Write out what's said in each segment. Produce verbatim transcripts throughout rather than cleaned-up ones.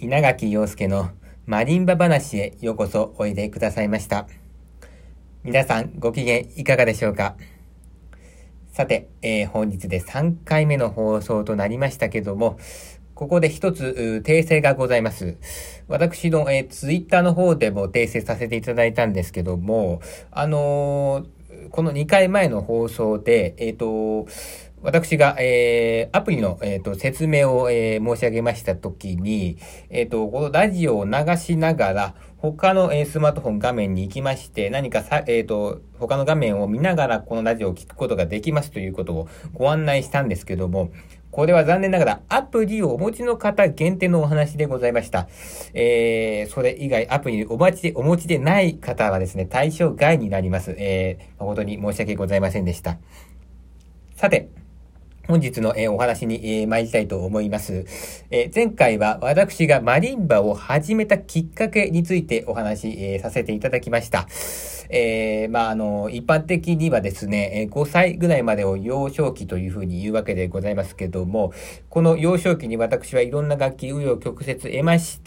稲垣陽介のマリンバ話へようこそおいでくださいました。皆さんご機嫌いかがでしょうか。さて、えー、本日でさんかいめの放送となりましたけども、ここで一つ訂正がございます。私の、えー、ツイッターの方でも訂正させていただいたんですけども、あのー、このにかいまえの放送で、えっと、私が、えー、アプリの、えー、と説明を、えー、申し上げましたときに、えっと、このラジオを流しながら、他の、えー、スマートフォン画面に行きまして、何かさ、えっと、他の画面を見ながらこのラジオを聞くことができますということをご案内したんですけども、これは残念ながらアプリをお持ちの方限定のお話でございました。えー、それ以外アプリをお持ちで、お持ちでない方はですね、対象外になります。えー、誠に申し訳ございませんでした。さて、本日の、えー、お話に、えー、参りたいと思います、えー。前回は私がマリンバを始めたきっかけについてお話、えー、させていただきました。えー、まあ、あの、一般的にはですね、ごさいぐらいまでを幼少期というふうに言うわけでございますけども、この幼少期に私はいろんな楽器、紆余曲折得まして、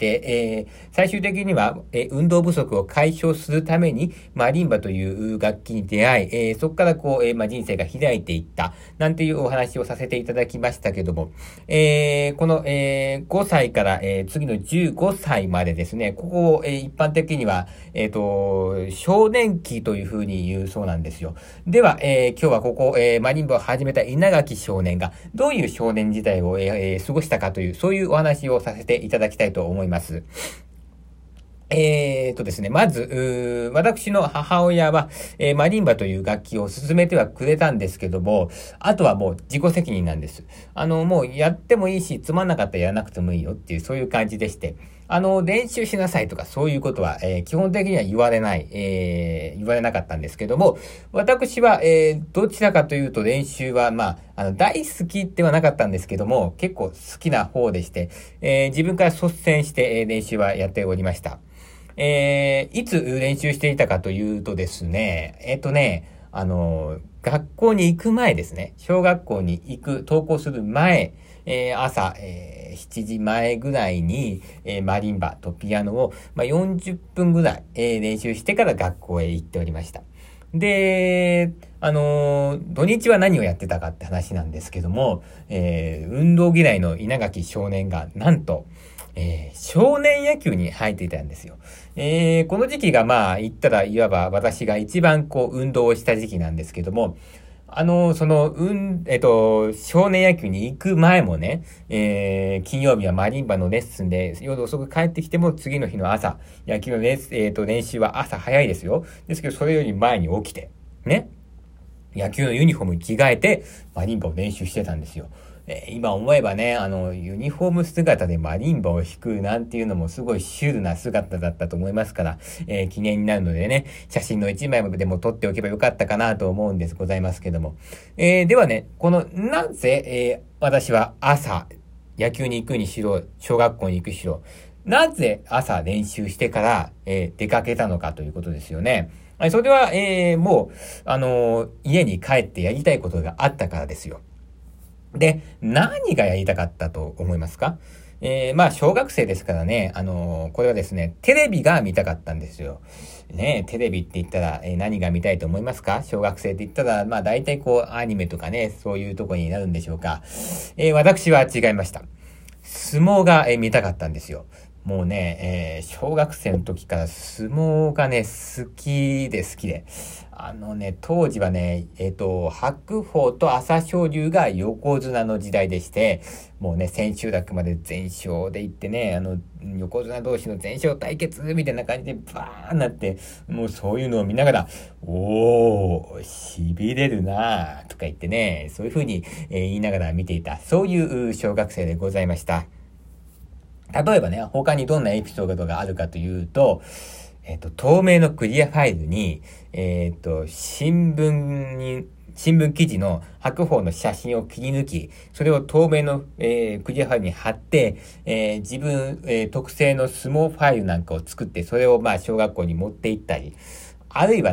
えー、最終的には、えー、運動不足を解消するためにマリンバという楽器に出会い、えー、そこからこう、えーまあ、人生が開いていった、なんていうお話をさせていただきましたけども、えー、この、えー、ごさいから、えー、次のじゅうごさいまでですね、ここを、えー、一般的には、えっと、少年期というふうに言うそうなんですよ。では、えー、今日はここ、えー、マリンバを始めた稲垣少年がどういう少年時代を、えー、過ごしたかという、そういうお話をさせていただきたいと思います。えーとですね、まず、私の母親は、えー、マリンバという楽器を勧めてはくれたんですけども、あとはもう自己責任なんです。あの、もうやってもいいし、つまんなかったらやらなくてもいいよっていう、そういう感じでして、あの、練習しなさいとかそういうことは、えー、基本的には言われない、えー、言われなかったんですけども、私は、えー、どちらかというと練習は、まあ、あの、大好きではなかったんですけども、結構好きな方でして、えー、自分から率先して、えー、練習はやっておりました。えー、いつ練習していたかというとですね、えっとね、あの、学校に行く前ですね、小学校に行く、登校する前、えー、朝、えー、しちじまえぐらいに、えー、マリンバとピアノを、まあ、よんじゅっぷんぐらい、えー、練習してから学校へ行っておりました。で、あのー、土日は何をやってたかって話なんですけども、えー、運動嫌いの稲垣少年が、なんと、えー、少年野球に入っていたんですよ。えー、この時期がまあ言ったらいわば私が一番こう運動をした時期なんですけども、あの、その、うん、えっと、少年野球に行く前もね、えー、金曜日はマリンバのレッスンで、夜遅く帰ってきても次の日の朝、野球のレッスン、えっと、練習は朝早いですよ。ですけど、それより前に起きて、ね、野球のユニフォームに着替えて、マリンバを練習してたんですよ。えー、今思えばね、あの、ユニフォーム姿でマリンバを弾くなんていうのもすごいシュールな姿だったと思いますから、えー、記念になるのでね、写真の一枚でも撮っておけばよかったかなと思うんですございますけども。えー、ではね、この、なぜ、えー、私は朝、野球に行くにしろ、小学校に行くにしろ、なぜ朝練習してから、えー、出かけたのかということですよね。それは、えー、もう、あのー、家に帰ってやりたいことがあったからですよ。で、何がやりたかったと思いますか？えー、まあ、小学生ですからね、あのー、これはですね、テレビが見たかったんですよ。ね、テレビって言ったら、えー、何が見たいと思いますか？小学生って言ったら、まあ、大体こう、アニメとかね、そういうとこになるんでしょうか。えー、私は違いました。相撲が、えー、見たかったんですよ。もうね、えー、小学生の時から相撲がね、好きで好きで。あのね、当時はね、えっと、白鵬と朝青龍が横綱の時代でして、もうね、千秋楽まで全勝で行ってね、あの、横綱同士の全勝対決みたいな感じでバーンなって、もうそういうのを見ながら、おー、痺れるなーとか言ってね、そういう風に、えー、言いながら見ていた、そういう小学生でございました。例えばね、他にどんなエピソードがあるかというと、えっと、透明のクリアファイルに、えっと、新聞に、新聞記事の白鵬の写真を切り抜き、それを透明の、えー、クリアファイルに貼って、えー、自分、えー、特製の相撲ファイルなんかを作って、それをまあ小学校に持って行ったり、あるいはね、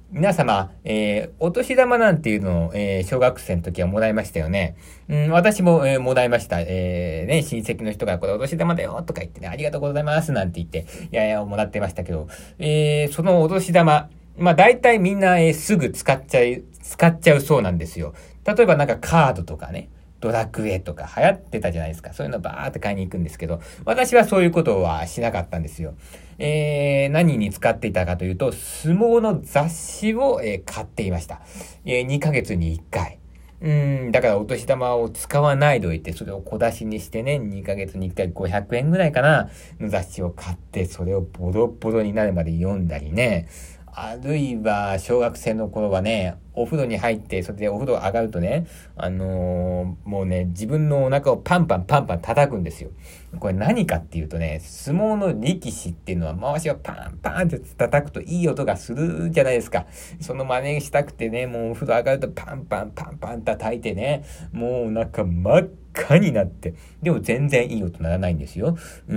皆様、えー、お年玉なんていうのを、えー、小学生の時はもらいましたよね。うん、私も、えー、もらいました。えー、ね、親戚の人がこれお年玉だよとか言ってね、ありがとうございますなんて言って、いやいや、もらってましたけど、えー、そのお年玉、まあ大体みんな、えー、すぐ使っちゃい、使っちゃうそうなんですよ。例えばなんかカードとかね、ドラクエとか流行ってたじゃないですか。そういうのバーって買いに行くんですけど、私はそういうことはしなかったんですよ。えー、何に使っていたかというと、相撲の雑誌を、えー、買っていました。えー、にかげつにいっかい。うん、だからお年玉を使わないと言って、それを小出しにしてね、にかげつにいっかいごひゃくえんぐらいかな、の雑誌を買って、それをボロボロになるまで読んだりね。あるいは、小学生の頃はね、お風呂に入って、それでお風呂上がるとね、あのー、もうね、自分のお腹をパンパンパンパン叩くんですよ。これ何かっていうとね、相撲の力士っていうのは、回しをパンパンって叩くといい音がするじゃないですか。その真似したくてね、もうお風呂上がるとパンパンパンパン叩いてね、もうお腹真っ赤になって、でも全然いい音ならないんですよ。うん、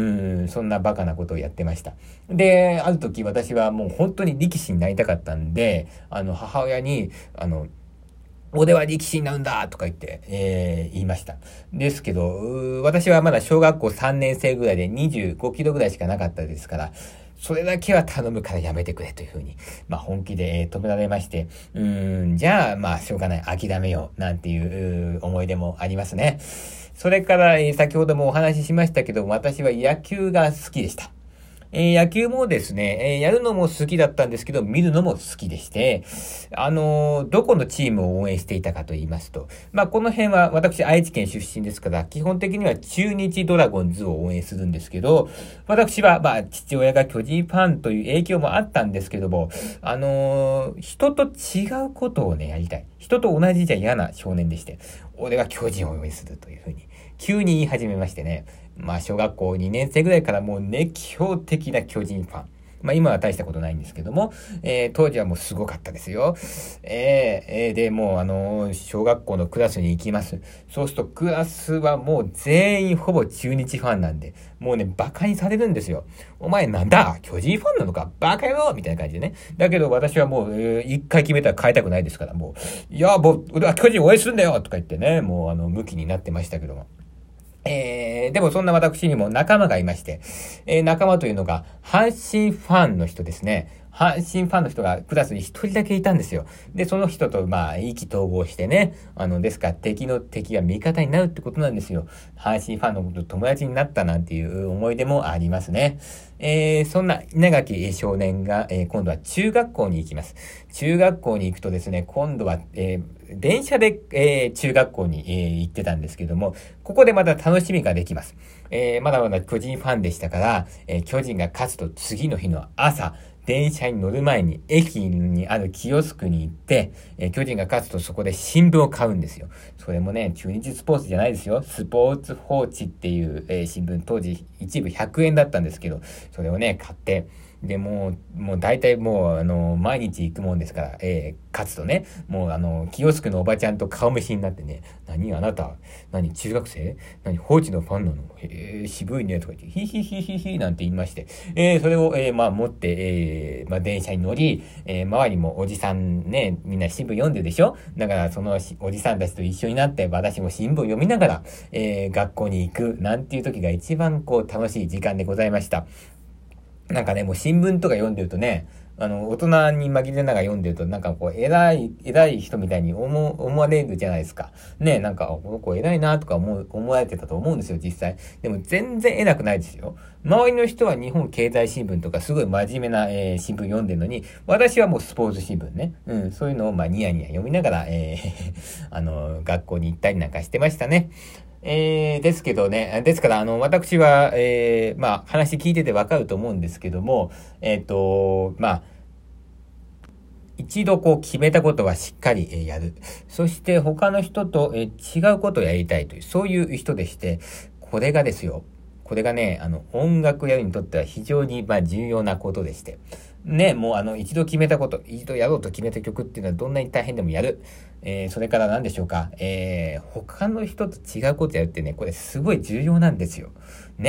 そんなバカなことをやってました。で、ある時私はもう本当に力士になりたかったんで、あの、母親に、あの、俺は力士になるんだとか言って、えー、言いました。ですけど、私はまだ小学校さんねん生ぐらいでにじゅうごキロぐらいしかなかったですから、それだけは頼むからやめてくれというふうに、まあ本気で、えー、止められまして、うーん、じゃあ、まあしょうがない、諦めよう、なんていう思い出もありますね。それから、えー、先ほどもお話ししましたけど、私は野球が好きでした。えー、野球もですね、えー、やるのも好きだったんですけど、見るのも好きでして、あのー、どこのチームを応援していたかと言いますと、まあ、この辺は私愛知県出身ですから、基本的には中日ドラゴンズを応援するんですけど、私は、まあ、父親が巨人ファンという影響もあったんですけども、あのー、人と違うことをね、やりたい。人と同じじゃ嫌な少年でして、俺は巨人を応援するというふうに、急に言い始めましてね、まあ小学校にねん生ぐらいからもう熱狂的な巨人ファン。まあ今は大したことないんですけども、えー、当時はもうすごかったですよ。えー、えー、で、もうあのー、小学校のクラスに行きます。そうするとクラスはもう全員ほぼ中日ファンなんで、もうね、馬鹿にされるんですよ。お前なんだ巨人ファンなのかバカ野郎みたいな感じでね。だけど私はもう、えー、一回決めたら変えたくないですから、もう、いや、もう、俺は巨人応援するんだよとか言ってね、もうあの、向きになってましたけども。えー、でもそんな私にも仲間がいまして、えー、仲間というのが、阪神ファンの人ですね。阪神ファンの人がクラスに一人だけいたんですよ。で、その人と、まあ、意気投合してね、あの、ですから敵の敵が味方になるってことなんですよ。阪神ファンのこと友達になったなんていう思い出もありますね。えー、そんな稲垣少年が、えー、今度は中学校に行きます。中学校に行くとですね、今度は、えー、電車で、えー、中学校に、えー、行ってたんですけども、ここでまた楽しみができます。えー、まだまだ巨人ファンでしたから、えー、巨人が勝つと次の日の朝、電車に乗る前に駅にあるキオスクに行って、えー、巨人が勝つとそこで新聞を買うんですよ。それもね、中日スポーツじゃないですよ。スポーツ報知っていう、えー、新聞、当時一部ひゃくえんだったんですけど、それをね、買って、で、もう、もう大体もう、あの、毎日行くもんですから、えー、勝つとね、もうあの、キオスクのおばちゃんと顔見知りになってね、何あなた、何中学生何放置のファンなのへえ、渋いね、とか言って、ヒヒヒヒヒなんて言いまして、えー、それを、えー、まあ持って、えー、まあ電車に乗り、えー、周りもおじさんね、みんな新聞読んでるでしょだからそのおじさんたちと一緒になって、私も新聞読みながら、えー、学校に行く、なんていう時が一番こう楽しい時間でございました。なんかね、もう新聞とか読んでるとね、あの、大人に紛れながら読んでると、なんかこう、偉い、偉い人みたいに思、思われるじゃないですか。ね、なんか、この子偉いなとか思う、思われてたと思うんですよ、実際。でも全然偉くないですよ。周りの人は日本経済新聞とかすごい真面目な、えー、新聞読んでるのに、私はもうスポーツ新聞ね。うん、そういうのをまあニヤニヤ読みながら、えー、あの、学校に行ったりなんかしてましたね。えー、ですけどね、ですから、あの、私は、えー、まあ、話聞いててわかると思うんですけども、えっと、まあ、一度こう決めたことはしっかり、えー、やる。そして他の人と、えー、違うことをやりたいという、そういう人でして、これがですよ。これがね、あの、音楽やるにとっては非常に、まあ、重要なことでして。ね、もうあの、一度決めたこと、一度やろうと決めた曲っていうのはどんなに大変でもやる。えー、それから何でしょうか。えー、他の人と違うことやるってね、これすごい重要なんですよ。ね。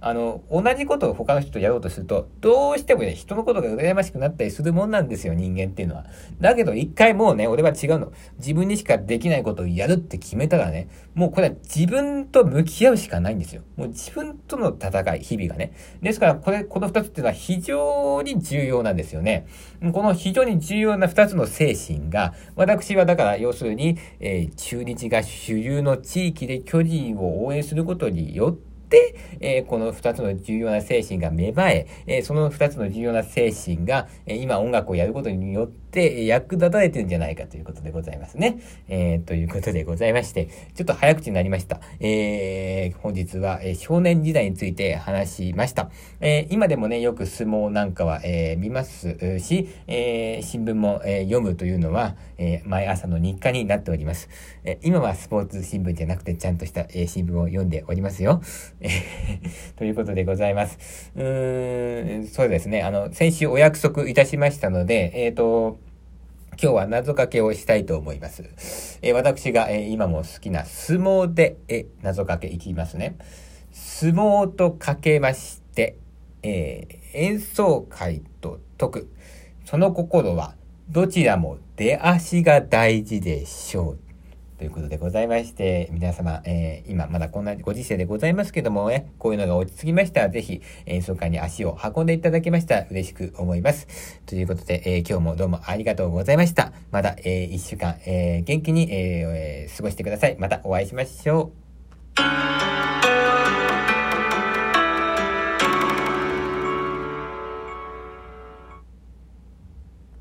あの、同じことを他の人とやろうとすると、どうしてもね、人のことが羨ましくなったりするもんなんですよ、人間っていうのは。だけど一回もうね、俺は違うの。自分にしかできないことをやるって決めたらね、もうこれは自分と向き合うしかないんですよ。もう自分との戦い、日々がね。ですから、これ、この二つっていうのは非常に重要なんですよね。この非常に重要な二つの精神が、私はだから、要するに、えー、中日が主流の地域で巨人を応援することによって、で、えー、この二つの重要な精神が芽生え、えー、その二つの重要な精神が、えー、今音楽をやることによって役立たれてるんじゃないかということでございますね。えー、ということでございまして、ちょっと早口になりました。えー、本日は、えー、少年時代について話しました。えー、今でもね、よく相撲なんかは、えー、見ますし、えー、新聞も、えー、読むというのは、えー、毎朝の日課になっております。えー、今はスポーツ新聞じゃなくてちゃんとした、えー、新聞を読んでおりますよ。ということでございます。うーん、そうですね。あの、先週お約束いたしましたので、えっと、今日は謎かけをしたいと思います。えー、私が、えー、今も好きな相撲で、えー、謎かけいきますね。相撲とかけまして、えー、演奏会と解く。その心は、どちらも出足が大事でしょう。ということでございまして、皆様、えー、今まだこんなご時世でございますけどもね、こういうのが落ち着きましたら、ぜひ演奏会に足を運んでいただけましたら嬉しく思います。ということで、えー、今日もどうもありがとうございました。また、えー、一週間、えー、元気に、えー、過ごしてください。またお会いしましょう。